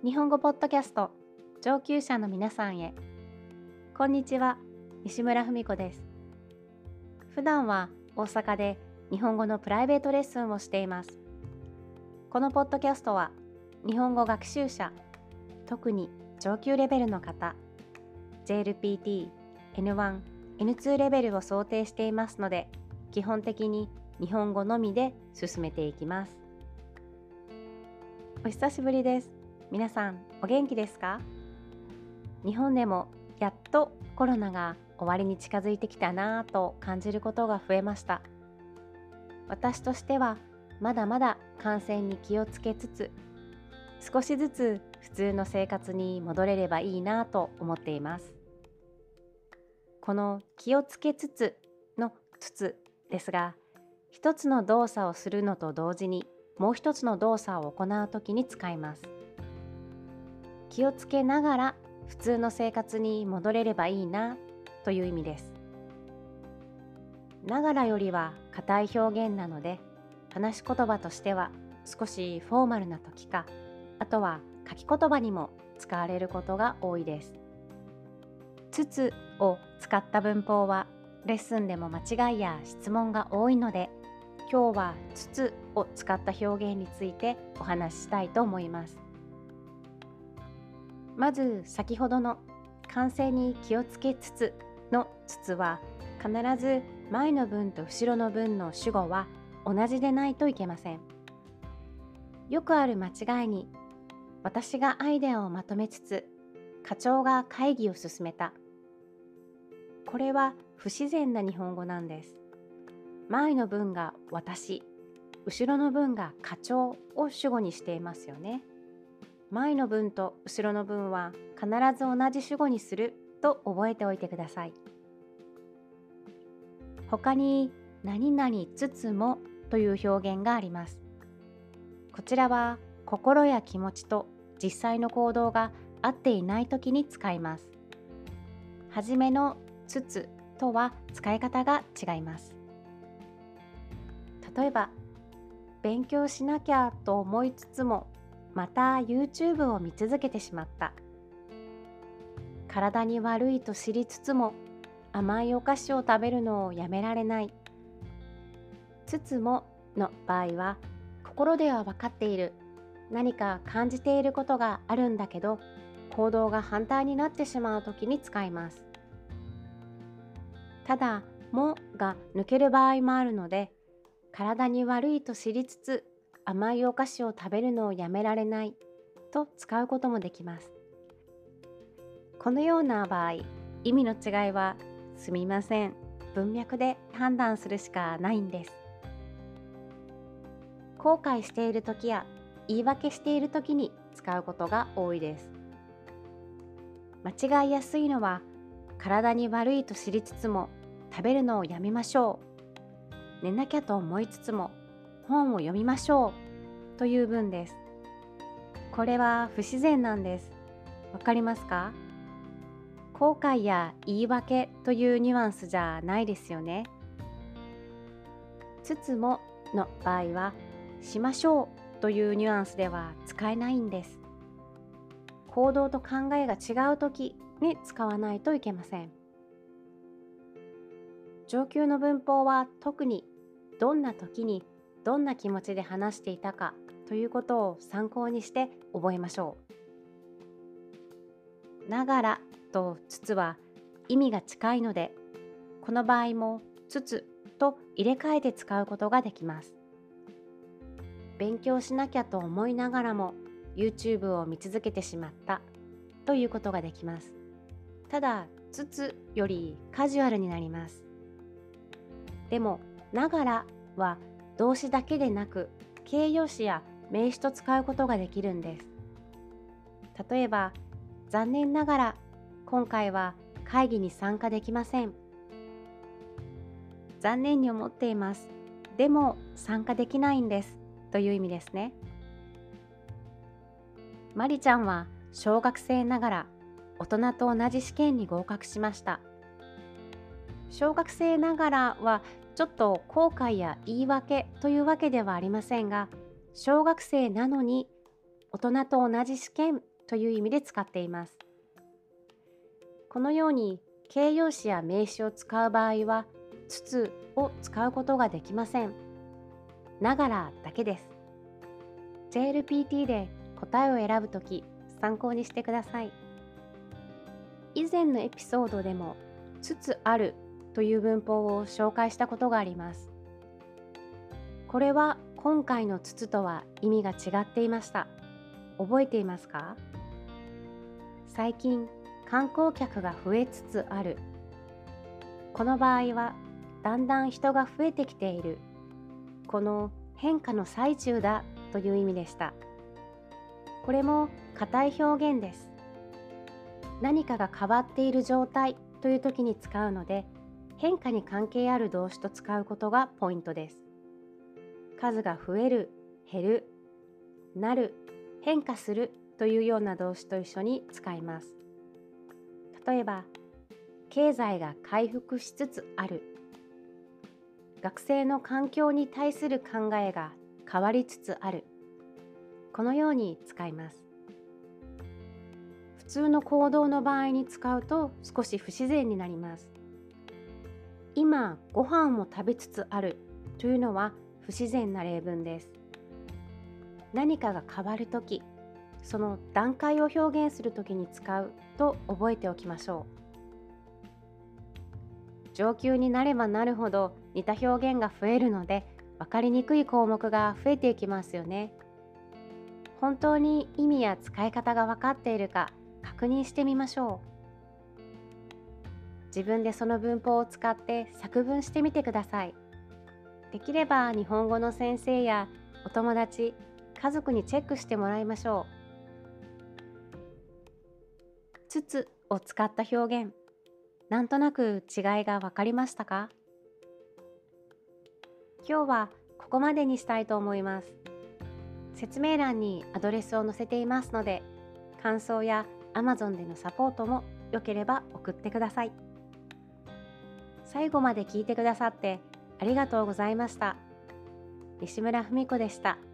日本語ポッドキャスト上級者の皆さんへ。こんにちは、西村文子です。普段は大阪で日本語のプライベートレッスンをしています。このポッドキャストは日本語学習者、特に上級レベルの方、JLPT、N1、N2 レベルを想定していますので、基本的に日本語のみで進めていきます。お久しぶりです。皆さんお元気ですか？日本でもやっとコロナが終わりに近づいてきたなぁと感じることが増えました。私としてはまだまだ感染に気をつけつつ、少しずつ普通の生活に戻れればいいなぁと思っています。この気をつけつつのつつですが、一つの動作をするのと同時にもう一つの動作を行うときに使います。気をつけながら普通の生活に戻れればいいなという意味です。ながらよりは硬い表現なので、話し言葉としては少しフォーマルな時か、あとは書き言葉にも使われることが多いです。つつを使った文法はレッスンでも間違いや質問が多いので、今日はつつを使った表現についてお話ししたいと思います。まず先ほどの完成に気をつけつつのつつは、必ず前の文と後ろの文の主語は同じでないといけません。よくある間違いに、私がアイデアをまとめつつ課長が会議を進めた。これは不自然な日本語なんです。前の文が私、後ろの文が課長を主語にしていますよね。前の文と後ろの文は必ず同じ主語にすると覚えておいてください。他に何々つつもという表現があります。こちらは心や気持ちと実際の行動が合っていないときに使います。はじめのつつとは使い方が違います。例えば、勉強しなきゃと思いつつもまた YouTube を見続けてしまった。体に悪いと知りつつも甘いお菓子を食べるのをやめられない。つつもの場合は、心では分かっている、何か感じていることがあるんだけど、行動が反対になってしまうときに使います。ただ、もが抜ける場合もあるので、体に悪いと知りつつ甘いお菓子を食べるのをやめられないと使うこともできます。このような場合、意味の違いはすみません、文脈で判断するしかないんです。後悔している時や言い訳している時に使うことが多いです。間違いやすいのは、体に悪いと知りつつも食べるのをやめましょう、寝なきゃと思いつつも本を読みましょうという文です。これは不自然なんです。わかりますか？後悔や言い訳というニュアンスじゃないですよね。つつもの場合は、しましょうというニュアンスでは使えないんです。行動と考えが違うときに使わないといけません。上級の文法は特にどんな時にどんな気持ちで話していたかということを参考にして覚えましょう。ながらとつつは意味が近いので、この場合もつつと入れ替えて使うことができます。勉強しなきゃと思いながらも YouTube を見続けてしまったということができます。ただ、つつよりカジュアルになります。でも、ながらは動詞だけでなく形容詞や名詞と使うことができるんです。例えば、残念ながら今回は会議に参加できません。残念に思っています。でも参加できないんですという意味ですね。まりちゃんは小学生ながら大人と同じ試験に合格しました。小学生ながらはちょっと後悔や言い訳というわけではありませんが、小学生なのに大人と同じ試験という意味で使っています。このように形容詞や名詞を使う場合は、つつを使うことができません。ながらだけです。JLPT で答えを選ぶとき、参考にしてください。以前のエピソードでも、つつあるという文法を紹介したことがあります。これは今回のつつとは意味が違っていました。覚えていますか？最近、観光客が増えつつある。この場合は、だんだん人が増えてきている。この変化の最中だという意味でした。これも固い表現です。何かが変わっている状態という時に使うので、変化に関係ある動詞と使うことがポイントです。数が増える、減る、なる、変化するというような動詞と一緒に使います。例えば、経済が回復しつつある。学生の環境に対する考えが変わりつつある。このように使います。普通の行動の場合に使うと少し不自然になります。今、ご飯を食べつつあるというのは不自然な例文です。何かが変わるとき、その段階を表現するときに使うと覚えておきましょう。上級になればなるほど似た表現が増えるので、分かりにくい項目が増えていきますよね。本当に意味や使い方が分かっているか確認してみましょう。自分でその文法を使って作文してみてください。できれば日本語の先生やお友達、家族にチェックしてもらいましょう。つつを使った表現、なんとなく違いが分かりましたか？今日はここまでにしたいと思います。説明欄にアドレスを載せていますので、感想や Amazon でのサポートもよければ送ってください。最後まで聞いてくださってありがとうございました。西村文子でした。